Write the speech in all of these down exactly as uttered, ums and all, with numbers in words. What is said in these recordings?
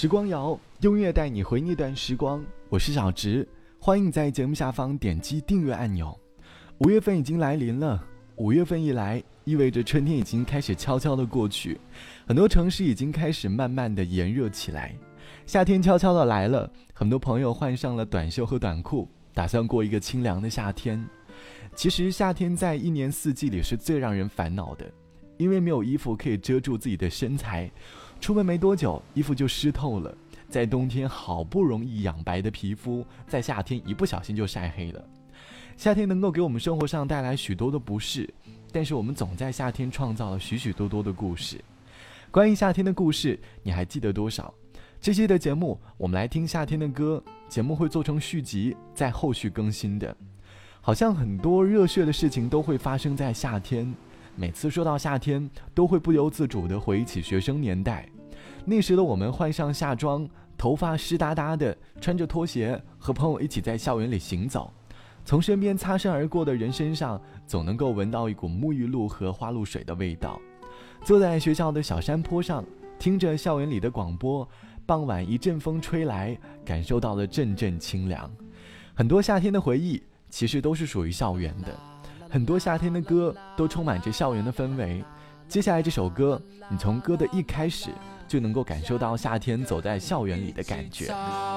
时光谣，用乐带你回那段时光。我是小直，欢迎在节目下方点击订阅按钮。五月份已经来临了，五月份一来，意味着春天已经开始悄悄的过去，很多城市已经开始慢慢的炎热起来，夏天悄悄的来了，很多朋友换上了短袖和短裤，打算过一个清凉的夏天。其实夏天在一年四季里是最让人烦恼的，因为没有衣服可以遮住自己的身材，出门没多久衣服就湿透了，在冬天好不容易养白的皮肤，在夏天一不小心就晒黑了。夏天能够给我们生活上带来许多的不适，但是我们总在夏天创造了许许多多的故事。关于夏天的故事，你还记得多少？这期的节目我们来听夏天的歌，节目会做成续集，在后续更新的。好像很多热血的事情都会发生在夏天，每次说到夏天，都会不由自主地回忆起学生年代。那时的我们换上夏装，头发湿哒哒的，穿着拖鞋，和朋友一起在校园里行走。从身边擦身而过的人身上，总能够闻到一股沐浴露和花露水的味道。坐在学校的小山坡上，听着校园里的广播，傍晚一阵风吹来，感受到了阵阵清凉。很多夏天的回忆其实都是属于校园的，很多夏天的歌都充满着校园的氛围。接下来这首歌，你从歌的一开始就能够感受到夏天走在校园里的感觉。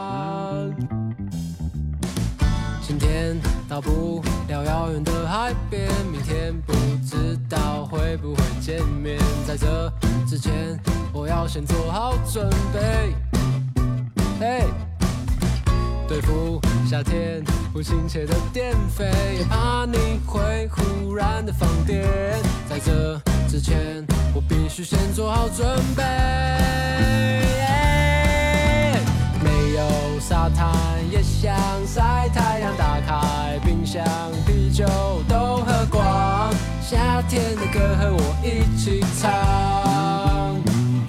今天到不了遥远的海边，明天不知道会不会见面，在这之前我要先做好准备，嘿，对付夏天不亲切的电费，也怕你会忽然的放电，在这之前我必须先做好准备，没有沙滩也想晒太阳，打开冰箱啤酒都喝光，夏天的歌和我一起唱，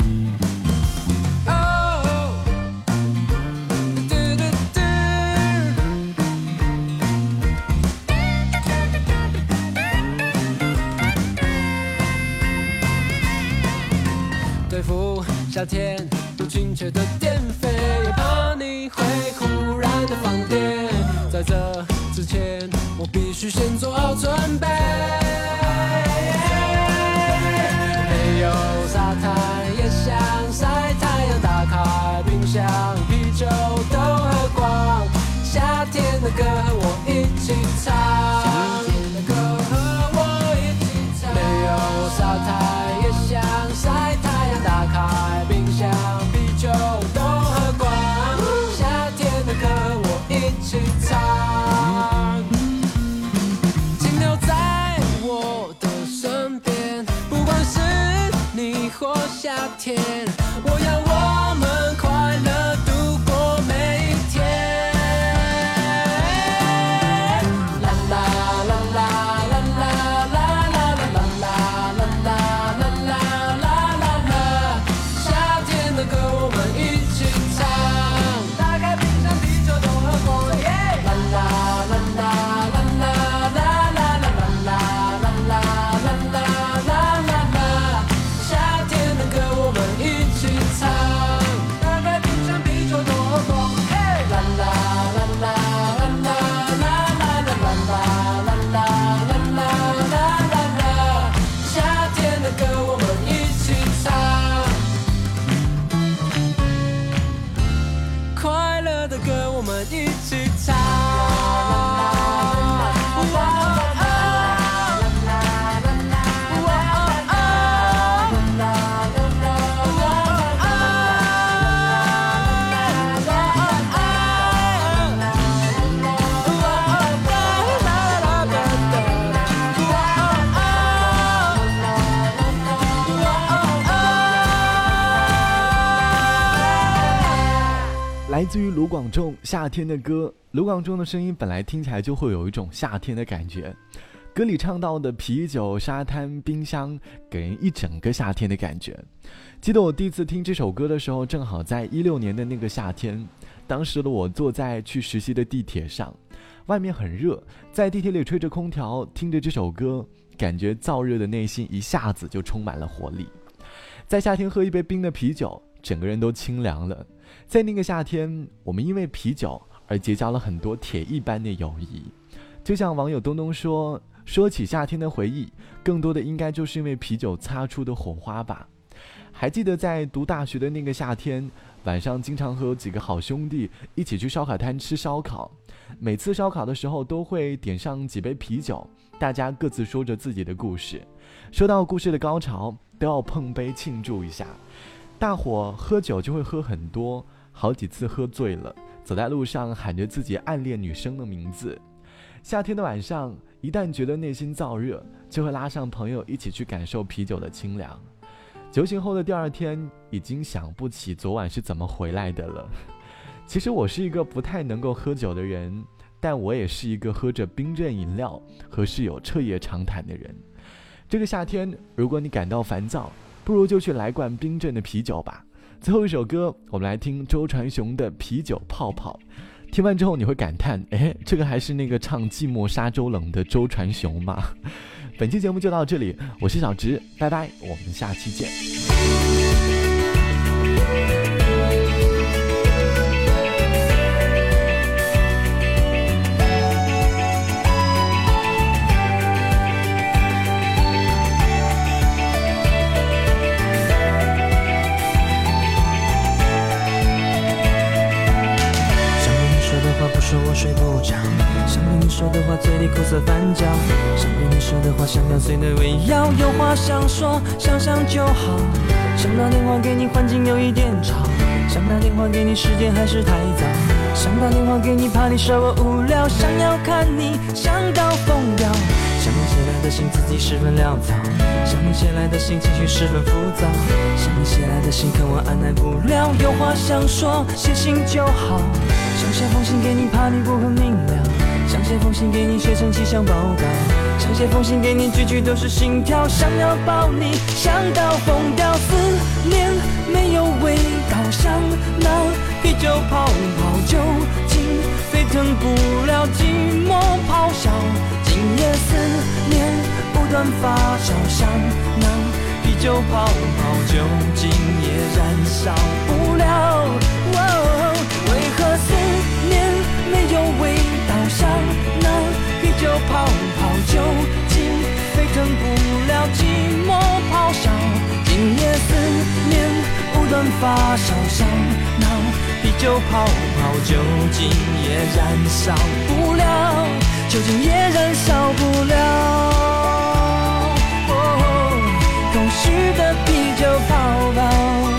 对付夏天不亲切的电费，也怕你会忽然的放电，在这之前我必须先做好准备，没有沙滩也想晒太阳，打开冰箱啤酒都喝光，夏天的歌和我一起唱，夏天的歌和我一起唱，没有沙滩也想晒太阳，打开冰箱啤酒都喝光，夏天的歌我一起唱，请留在我的身边，不管是你或夏天，我要我们快乐度过每一天。啦啦啦啦啦啦啦啦啦啦啦啦啦啦啦，夏天的歌我们一起唱，打开冰箱啤酒都喝光，耶！啦啦啦啦啦啦啦啦啦啦啦啦啦啦啦，夏天的歌我们一起唱，打开冰箱啤酒都喝光，嘿！啦啦啦啦啦啦啦啦啦啦啦啦啦啦啦，夏天的歌我们一起唱，快乐的歌我们一起唱。 来自于卢广仲夏天的歌，卢广仲的声音本来听起来就会有一种夏天的感觉，歌里唱到的啤酒、沙滩、冰箱，给人一整个夏天的感觉。记得我第一次听这首歌的时候，正好在一六年的那个夏天，当时的我坐在去实习的地铁上，外面很热，在地铁里吹着空调，听着这首歌，感觉燥热的内心一下子就充满了活力。在夏天喝一杯冰的啤酒， 整个人都清凉了。在那个夏天，我们因为啤酒而结交了很多铁一般的友谊。就像网友东东说，说起夏天的回忆，更多的应该就是因为啤酒擦出的火花吧。还记得在读大学的那个夏天，晚上经常和几个好兄弟一起去烧烤摊吃烧烤，每次烧烤的时候都会点上几杯啤酒，大家各自说着自己的故事，说到故事的高潮都要碰杯庆祝一下。大伙喝酒就会喝很多，好几次喝醉了，走在路上喊着自己暗恋女生的名字。夏天的晚上，一旦觉得内心燥热，就会拉上朋友一起去感受啤酒的清凉。酒醒后的第二天，已经想不起昨晚是怎么回来的了。其实我是一个不太能够喝酒的人，但我也是一个喝着冰镇饮料和室友彻夜长谈的人。这个夏天，如果你感到烦躁，不如就去来罐冰镇的啤酒吧。最后一首歌，我们来听周传雄的《啤酒泡泡》。听完之后你会感叹，哎，这个还是那个唱《寂寞沙洲冷》的周传雄吗？本期节目就到这里，我是小直，拜拜，我们下期见。 说我睡不着，想对你说的话嘴里苦涩翻搅，想对你说的话想要随的胃药，有话想说想想就好，想打电话给你环境有一点吵，想打电话给你时间还是太早，想打电话给你怕你说我无聊，想要看你想到疯掉，想你写来的信自己十分潦草，想你写来的信情绪十分浮躁，想你写来的信可我按耐不了，有话想说写信就好，想写封信给你怕你不很明了，想写封信给你写成气象报告，想写封信给你句句都是心跳，想要抱你想到疯掉，思念没有味道，像那啤酒泡泡，酒精沸腾不了寂寞咆哮，今夜思念不断发烧，像那啤酒泡泡，酒精也燃烧不了，哦，为何思念没有味道，像那啤酒泡泡，酒精沸腾不了寂寞咆哮，今夜思念不断发烧，像那啤酒泡泡，酒精也燃烧不了，酒精也燃烧不了，哦，空虚的啤酒泡泡，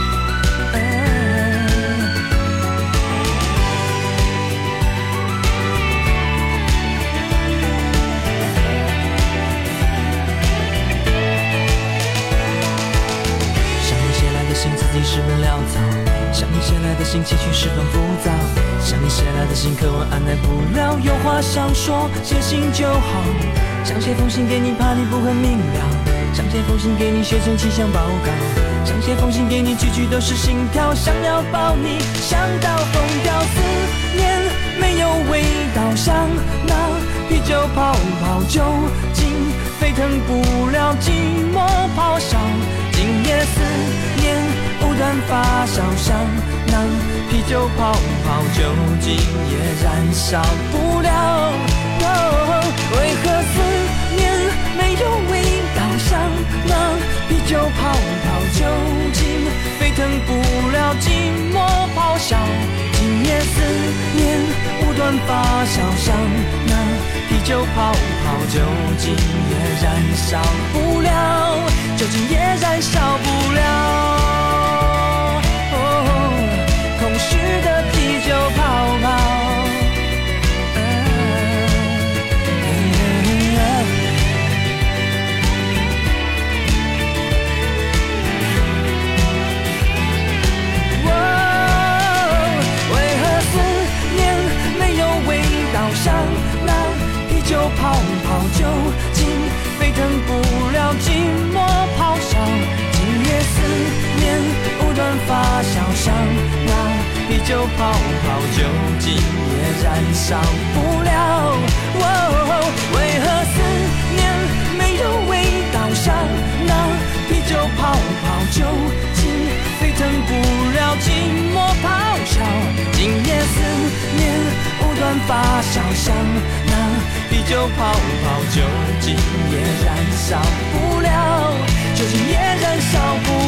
自己十分潦草，想你写来的信情绪十分浮躁，想你写来的信可我按耐不了，有话想说写信就好，想写封信给你怕你不很明了，想写封信给你写成气象报告，想写封信给你句句都是心跳，想要抱你想到疯掉，思念没有味道，像那啤酒泡泡，酒精沸腾不了寂寞咆哮，今夜思念不断发烧，像那啤酒泡泡，酒精也燃烧不了，哦，为何思念没有味道，像那啤酒泡泡，酒精沸腾不了寂寞咆哮，今夜思念不断发烧，像那啤酒泡泡，酒精也燃烧不了，酒精也燃烧不了，哦，空虚的啤酒泡泡，像那啤酒泡泡，酒精沸腾不了寂寞咆哮，今夜思念不断发烧，像那啤酒泡泡，酒精也燃烧不了，哦，为何思念没有味道，像那啤酒泡泡，酒精沸腾不了寂寞咆哮。今夜思念不断发烧，像那啤酒泡泡，究竟也燃烧不了，究竟也燃烧不了。